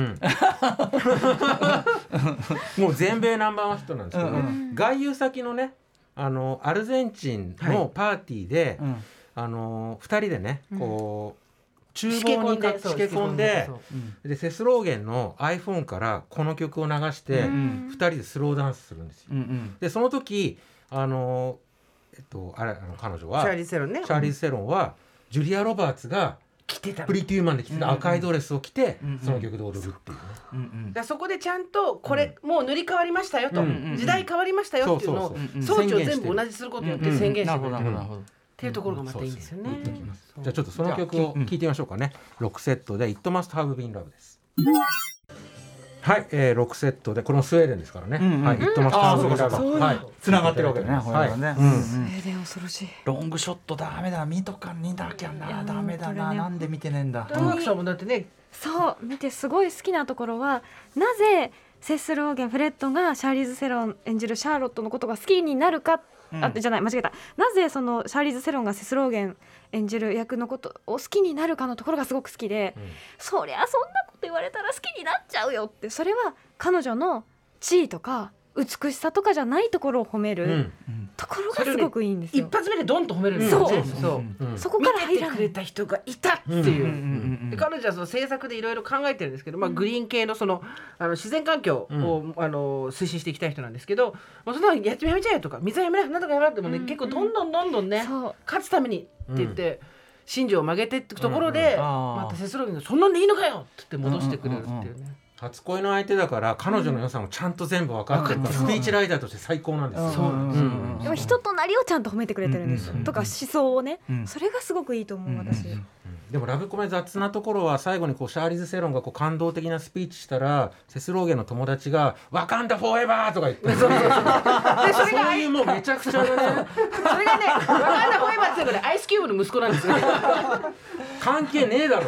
もう全米ナンバーワンヒットなんですけど、外遊先のねアルゼンチンのパーティーで、2人でねこう厨房にしけ込んで、でセスローゲンの iPhone からこの曲を流して、2人でスローダンスするんですよ。でその時彼女はチャーリーズ・セロンね。 チャーリーズ・セロンはジュリア・ロバーツがプリティ・ウーマンで着てた赤いドレスを着て、その曲で踊るっていうね。 だそこでちゃんとこれ、もう塗り替わりましたよと、時代変わりましたよっていうのを装置を全部同じすることによって宣言してくれるっていうところがまたいいんですよね。 じゃあちょっとその曲を聴いてみましょうかね。6セットで It Must Have Been Love です。はい、6セットでこれもスウェーデンですからね。はい、It Must Have Been Love。はい、 つながってるわけね。はい、 スウェーデン恐ろしい。 ロングショットダメだ、見とかにだきゃな、ダメだな、なんで見てねえんだ。 マークさんもだってね、 そう見てすごい好きなところは、なぜセスローゲンフレッドがシャーリーズ・セロン演じるシャーロットのことが好きになるか、じゃない間違えた。なぜそのシャーリーズ・セロンがセスローゲン演じる役のことを好きになるかのところがすごく好きで、そりゃそんなこと言われたら好きになっちゃうよって、それは彼女の地位とか美しさとかじゃないところを褒めるところがすごくいいんですよ。 一発目でドンと褒めるんですよね。 そこから入らない。 見ててくれた人がいたっていう。で彼女はその制作でいろいろ考えてるんですけど、グリーン系のその自然環境を推進していきたい人なんですけど、もうそんなのやめちゃえとか水はやめななんとかやめなってもね、結構どんどんね勝つためにって言って心情を曲げていくところで、またセスローゲンがそんなんでいいのかよって言って戻してくれるっていうね。 初恋の相手だから彼女の良さもちゃんと全部分かってるから、スピーチライターとして最高なんですよ。 でも人となりをちゃんと褒めてくれてるんですよ、とか思想をね、それがすごくいいと思う私。 でもラブコメ雑なところは最後にこうシャーリーズ・セロンがこう感動的なスピーチしたら、セスローゲンの友達がワカンダフォーエバーとか言ってそういうもうめちゃくちゃねそれがねワカンダフォーエバーっていうのでアイスキューブの息子なんですよ。関係ねえだろ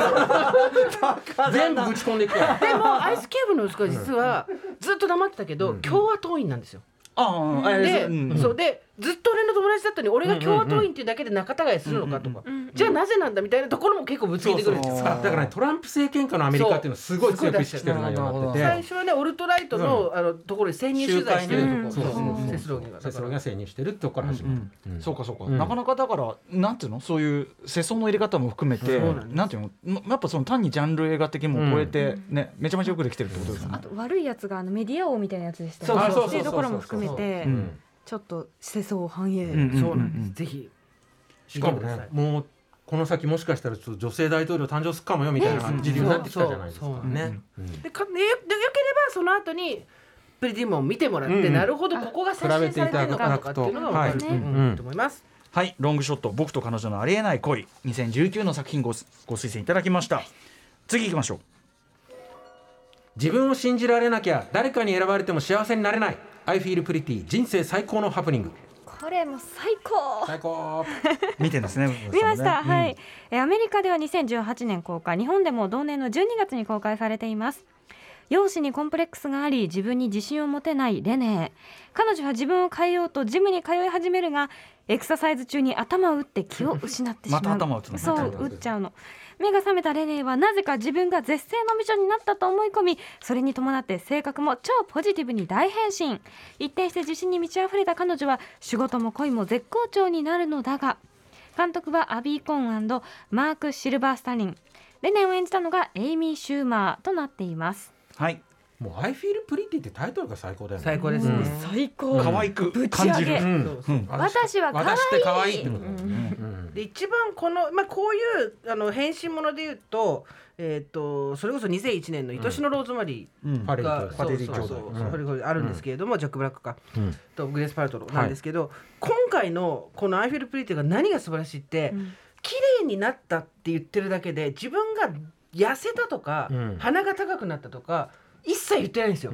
全部ぶち込んでいくから。 でもアイスキューブの息子は実はずっと黙ってたけど、共和党員なんですよ。そうでずっと俺の友達だったのに俺が共和党員っていうだけで仲違いするのかとか、じゃあなぜなんだみたいなところも結構ぶつけてくるんですよ。 だからねトランプ政権下のアメリカっていうのをすごい強く意識してる内容になってて、 最初はねオルトライトのところに潜入取材してるところ、セスローゲンが潜入してるってところから始まる。 そうかそうか、なかなかだからなんていうの、そういう世相の入れ方も含めて、なんていうの、やっぱその単にジャンル映画的も超えてね、めちゃめちゃよくできてるってことですね。 あと悪いやつがメディア王みたいなやつでしたね。っていうところも含めてちょっと世相を反映。 そうなんです。ぜひ。 しかもね、もうこの先もしかしたらちょっと女性大統領誕生するかもよみたいな時流になってきたじゃないですかね。でよければその後にプリティモンを見てもらって、なるほどここが刷新されてるのかとかっていうのが分かると思います。 はい、ロングショット僕と彼女のありえない恋2019の作品ご推薦いただきました。次行きましょう。 自分を信じられなきゃ誰かに選ばれても幸せになれない。I feel pretty 人生最高のハプニング。 これも最高見てますね。 見ました、はい。アメリカでは2018年公開、日本でも同年の12月に公開されています。容姿にコンプレックスがあり自分に自信を持てないレネー。彼女は自分を変えようとジムに通い始めるが、エクササイズ中に頭を打って気を失ってしまう。 また頭を打つの。 そう打っちゃうの。目が覚めたレネーはなぜか自分が絶世の美女になったと思い込み、それに伴って性格も超ポジティブに大変身。一転して自信に満ち溢れた彼女は仕事も恋も絶好調になるのだが、監督はアビー・コーン&マーク・シルバースタリン。レネーを演じたのがエイミー・シューマーとなっています。 はい。 もう I feel pretty ってタイトルが最高だよね。 最高ですね。 最高。 可愛く感じる。 私は可愛いってことだよね。 で一番このこういう変身ものでいうと、それこそ2001年の愛しのローズマリーがパデリ兄弟あるんですけれども、ジャック・ブラックかとグレース・パルトロなんですけど、今回のこの I feel pretty が何が素晴らしいって、綺麗になったって言ってるだけで自分が痩せたとか鼻が高くなったとか一切言ってないんですよ。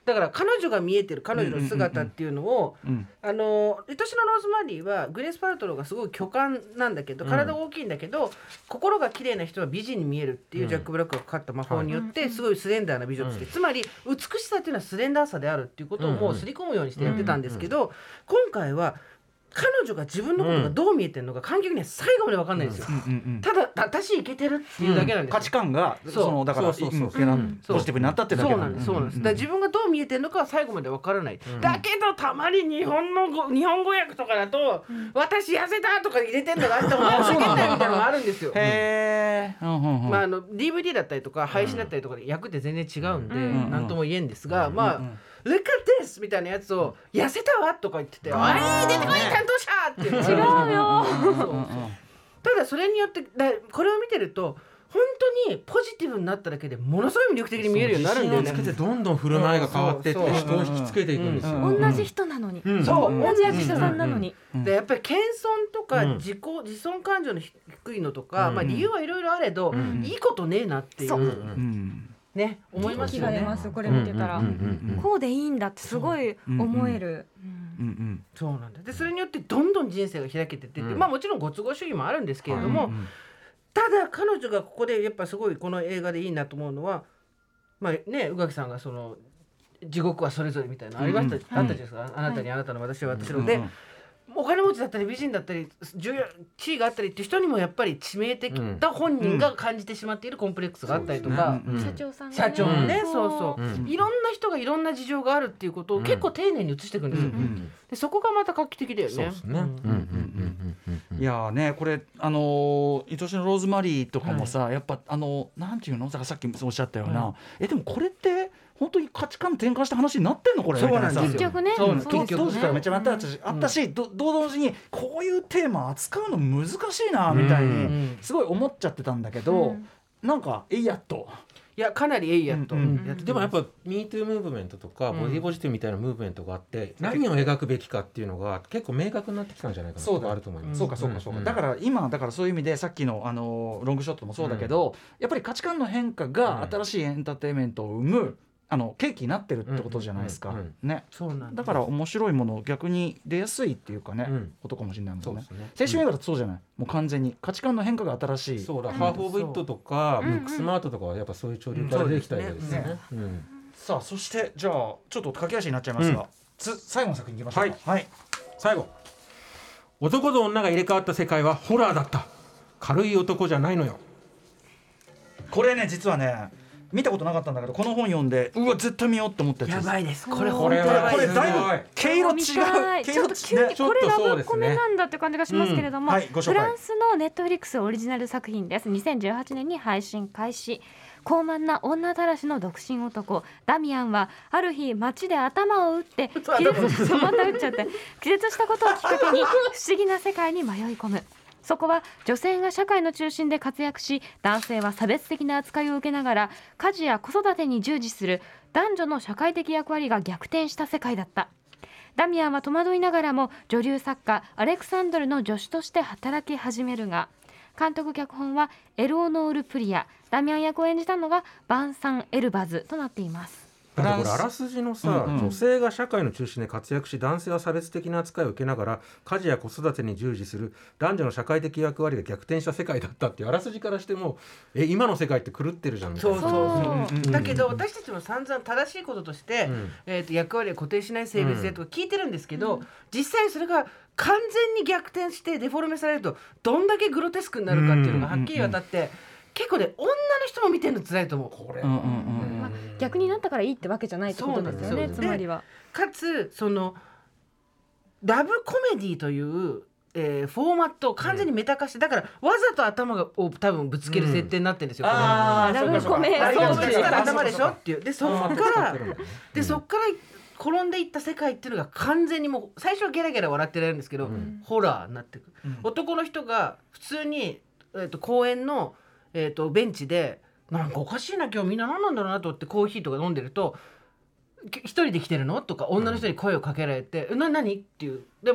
だから彼女が見えてる彼女の姿っていうのを、愛しのローズマリーはグレース・パルトローがすごい巨漢なんだけど、体大きいんだけど心が綺麗な人は美人に見えるっていうジャック・ブラックがかかった魔法によってすごいスレンダーな美女として、つまり美しさっていうのはスレンダーさであるっていうことをもう刷り込むようにしてやってたんですけど、今回は彼女が自分のことがどう見えてるのか観客には最後まで分かんないんですよ。ただ私イケてるっていうだけなんですよ。 価値観がだからポジティブになったってだけなんです。 そうなんです。だから自分がどう見えてるのかは最後まで分からない。だけどたまに日本語訳とかだと私痩せたとか入れてんのがあっても申し訳ないみたいなのがあるんですよ。DVD だったりとか配信だったりとかで訳って全然違うんで何とも言えんですが、Look at this みたいなやつを痩せたわとか言ってて、おい出てこい担当者って違うよただそれによってこれを見てると本当にポジティブになっただけでものすごい魅力的に見えるようになるんだよね。 自信をつけてどんどん振る舞いが変わってって人を引きつけていくんですよ。 同じ人なのに、 そう同じ役者さんなのに、 でやっぱり謙遜とか自尊感情の低いのとか、理由はいろいろあれど、いいことねえなっていうね、思いますよね。気が出ますこれ見てたら、こうでいいんだってすごい思える。そうなんだ。でそれによってどんどん人生が開けてってって、もちろんご都合主義もあるんですけれども、ただ彼女がここでやっぱすごいこの映画でいいなと思うのは、宇垣さんがその地獄はそれぞれみたいなのありました、あったじゃないですか。あなたにあなたの私は私ので。お金持ちだったり美人だったり地位があったりっていう人にもやっぱり致命的な本人が感じてしまっているコンプレックスがあったりとか、社長もね、いろんな人がいろんな事情があるっていうことを結構丁寧に映していくんですよ。でそこがまた画期的だよね。 いやね、これ愛しのローズマリーとかもさ、やっぱなんていうの、だからさっきおっしゃったような、でもこれって本当に価値観転換した話になってんのこれ。 そうなんですよ。 結局ね、 当時からめちゃめちゃあったし、同時にこういうテーマ扱うの難しいなみたいにすごい思っちゃってたんだけど、なんかやっと。 いやかなりやっと、 でもやっぱ MeToo ムーブメントとかボディポジティブみたいなムーブメントがあって、何を描くべきかっていうのが結構明確になってきたんじゃないかなとあると思います。 そうか。だから今そういう意味でさっきのロングショットもそうだけど、やっぱり価値観の変化が新しいエンターテインメントを生む契機になってるってことじゃないですか。 そうなんだから面白いもの逆に出やすいっていうかね、ことかもしれないもんね。青春映画だとそうじゃない。もう完全に価値観の変化が新しい。 そうだ、ハーフオブイットとかブックスマートとかはやっぱそういう潮流から出てきた映画ですね。 さあそしてじゃあちょっと駆け足になっちゃいますが、最後の作品いきましょう。はい。 最後、男と女が入れ替わった世界はホラーだった。軽い男じゃないのよ。 これね実はね見たことなかったんだけど、この本読んで絶対見ようって思ったやつです。 やばいです。これ本当やばいです。 これだいぶ毛色違う。 ちょっと急にこれラブコメなんだって感じがしますけれども、フランスのネットフリックスオリジナル作品です。2018年に配信開始。高慢な女たらしの独身男ダミアンはある日街で頭を打って気絶したことをきっかけに不思議な世界に迷い込む。そこは女性が社会の中心で活躍し、男性は差別的な扱いを受けながら家事や子育てに従事する男女の社会的役割が逆転した世界だった。ダミアンは戸惑いながらも女流作家アレクサンドルの助手として働き始めるが、監督脚本はエルオノール・プリア、ダミアン役を演じたのがバンサン・エルバズとなっています。 だってこれあらすじのさ、女性が社会の中心で活躍し男性は差別的な扱いを受けながら家事や子育てに従事する男女の社会的役割が逆転した世界だったっていうあらすじからしても今の世界って狂ってるじゃんみたいな。 そうだけど私たちも散々正しいこととして、役割を固定しない性別でとか聞いてるんですけど、実際それが完全に逆転してデフォルメされるとどんだけグロテスクになるかっていうのがはっきり分かって、結構ね女の人も見てるの辛いと思う。これ逆になったからいいってわけじゃないってことですよね。つまりはかつそのラブコメディという、フォーマットを完全にメタ化して、だからわざと頭を多分ぶつける設定になってるんですよ。 ラブコメそうしたら頭でしょっていう。でそっから転んでいった世界っていうのが完全にもう最初はゲラゲラ笑ってられるんですけど、ホラーになってくる。男の人が普通に、公園のベンチでなんかおかしいな今日みんな何なんだろうなと思ってコーヒーとか飲んでると一人で来てるのとか女の人に声をかけられて、何っていうで僕は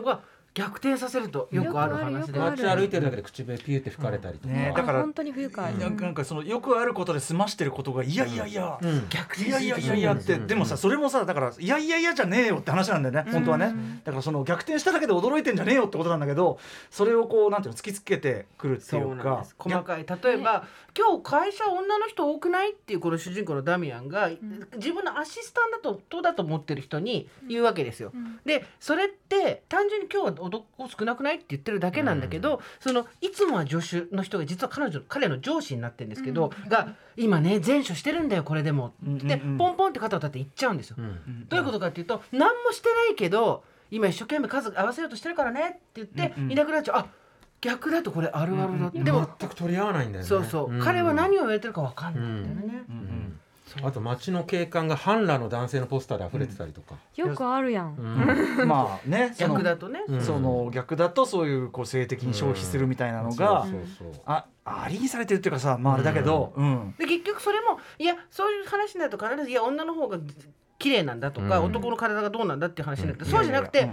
逆転させるとよくある話で、 街歩いてるだけで口笛ピューって吹かれたりとか、 ね、だから本当に不愉快。 なんかそのよくあることで済ましてることがいや逆転いやって、でもさそれもさだからいやじゃねえよって話なんだよね本当はね。だからその逆転しただけで驚いてんじゃねえよってことなんだけど、それをこうなんていうの突きつけてくるっていうか、 細かい、例えば今日会社女の人多くないっていうこの主人公のダミアンが自分のアシスタントだと思ってる人に言うわけですよ。でそれって単純に今日は男少なくないって言ってるだけなんだけど、そのいつもは助手の人が実は彼の上司になってるんですけど、が今ね前処してるんだよこれでもってポンポンって肩を立って言っちゃうんですよ。どういうことかっていうと、何もしてないけど今一生懸命数合わせようとしてるからねって言っていなくなっちゃう。あ、逆だとこれあるあるだって、でも全く取り合わないんだよね。 そうそう、彼は何を言われてるか分かんないんだよね。 あと街の景観が半裸の男性のポスターで溢れてたりとか、 よくあるやん。 まあね、 逆だとね、 その逆だとそういうこう性的に消費するみたいなのがありにされてるっていうかさ、まああれだけど、 で結局それもいやそういう話になると必ずいや女の方が綺麗なんだとか、男の体がどうなんだっていう話になって、そうじゃなくて、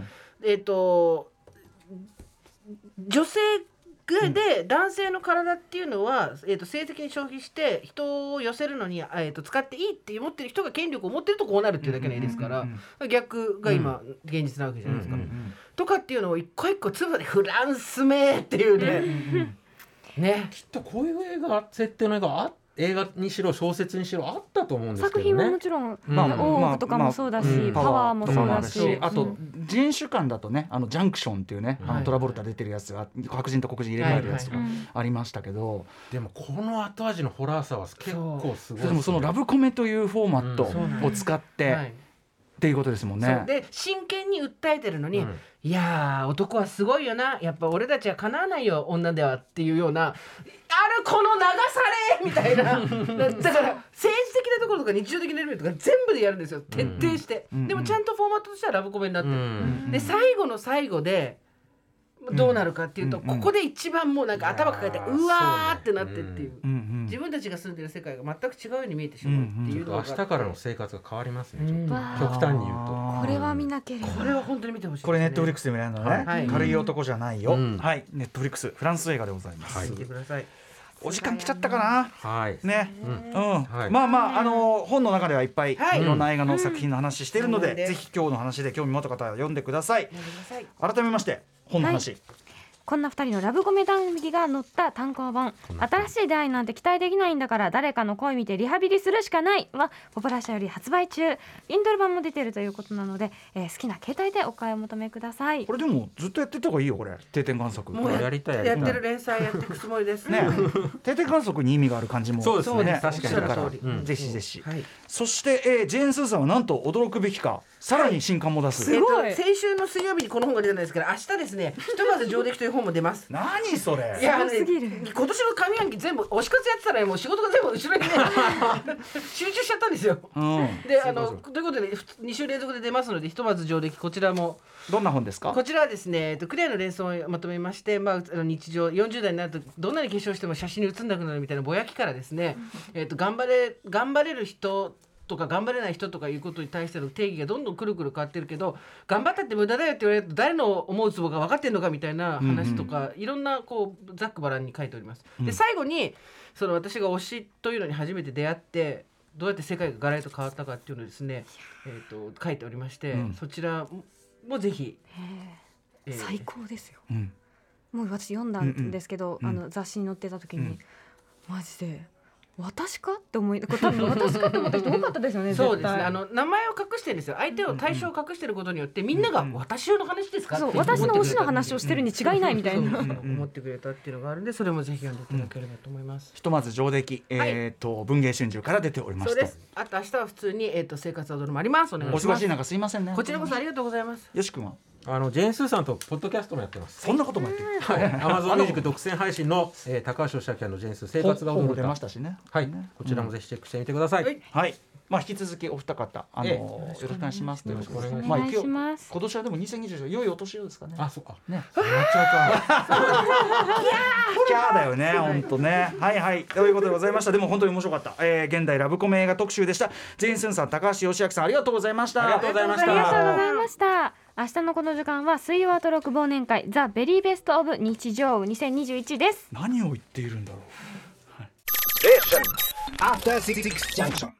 女性で男性の体っていうのは、性的に消費して人を寄せるのに、使っていいって思ってる人が権力を持ってるとこうなるっていうだけの絵ですから、逆が今現実なわけじゃないですか、とかっていうのを一個一個粒でフランス名っていうねきっとこういう映画設定の映画にしろ小説にしろあったと思うんですけどね。 作品はもちろん大奥とかもそうだし、パワーもそうだし、 あと人種間だとね、ジャンクションっていうね、トラボルタ出てるやつが白人と黒人入れ替えるやつとかありましたけど、 でもこの後味のホラーさは結構すごい。 でもそのラブコメというフォーマットを使ってっていうことですもんね。 で真剣に訴えてるのに、いや男はすごいよな、やっぱ俺たちはかなわないよ女ではっていうような、あるこの流されみたいなだから政治的なところとか日常的なレベルとか全部でやるんですよ、徹底して。でもちゃんとフォーマットとしてはラブコメになってる。で最後の最後でどうなるかっていうと、ここで一番もうなんか頭抱えてうわーってなってっていう、自分たちが住んでる世界が全く違うように見えてしまうっていうのが、 明日からの生活が変わりますね、極端に言うと。 これは見なければ。 これは本当に見てほしいですね。 これネットフリックスで見られるのね、軽い男じゃないよ。はい、ネットフリックスフランス映画でございます。 見てください。 お時間来ちゃったかな。 はいね、まあ本の中ではいっぱいいろんな映画の作品の話しているので、ぜひ今日の話で興味持った方は読んでください。改めまして本の話、 こんな2人のラブコメ談義が載った単行本、新しい出会いなんて期待できないんだから誰かの恋見てリハビリするしかないはポプラ社より発売中。Kindle 版も出ているということなので、好きな携帯でお買い求めください。 これでもずっとやってた方がいいよ、これ定点観測。 もうやってる連載やっていくつもりですね。 定点観測に意味がある感じもそうですね、 確かに。だからぜひぜひ。そしてジェーン・スーさんはなんと驚くべきかさらに新刊も出す。 すごい。 先週の水曜日にこの本が出たんですけど、明日ですね、ひとまず上出来という本も出ます。 何それ。 いやね、今年の上半期全部推し活やってたらもう仕事が全部後ろにね集中しちゃったんですよ。でということで2週連続で出ますので、ひとまず上出来、こちらも。 どんな本ですか。 こちらはですね、クレアの連想をまとめまして、日常40代になるとどんなに化粧しても写真に写んなくなるみたいなぼやきからですね、頑張れる人とか頑張れない人とかいうことに対しての定義がどんどんくるくる変わってるけど、頑張ったって無駄だよって言われると誰の思うツボが分かってんのかみたいな話とか、いろんなこうざっくばらんに書いております。で最後にその私が推しというのに初めて出会ってどうやって世界がガラリと変わったかっていうのをですね、書いておりまして、そちらもぜひ。 最高ですよ。もう私読んだんですけど、雑誌に載ってた時に、マジで私かって思い、これ多分私かって思った人多かったですよね。 そうですね。名前を隠してるんですよ。相手を対象を隠してることによってみんなが私の話ですかって私の推しの話をしてるに違いないみたいな思ってくれたっていうのがあるんで、それもぜひ読んでいただければと思います。 ひとまず上出来、文芸春秋から出ておりますと。 そうです。あと明日は普通に生活はどれもあります。お願いします。 お忙しい中すいませんね。 こちらこそありがとうございます。 よし君はジェーン・スーさんとポッドキャストもやってます。 そんなこともやってる。 Amazon ミュージック独占配信の高橋義明のジェーン・スー生活が踊る歌出ましたしね。 はい、こちらもぜひチェックしてみてください。 はい。引き続きお二方よろしくお願いします。 よろしくお願いします。 今年はでも2024良いお年をですかね。 あ、そうか。 ね。キャーだよね、本当ね。はいということでございました。でも本当に面白かった。現代ラブコメ映画特集でした。ジェーン・スーさん、高橋義明さん、ありがとうございました。 ありがとうございました。 ありがとうございました。 明日のこの時間は水曜アートロック忘年会ザ・ベリーベストオブ日常2021です。 何を言っているんだろう。 After 66 junction.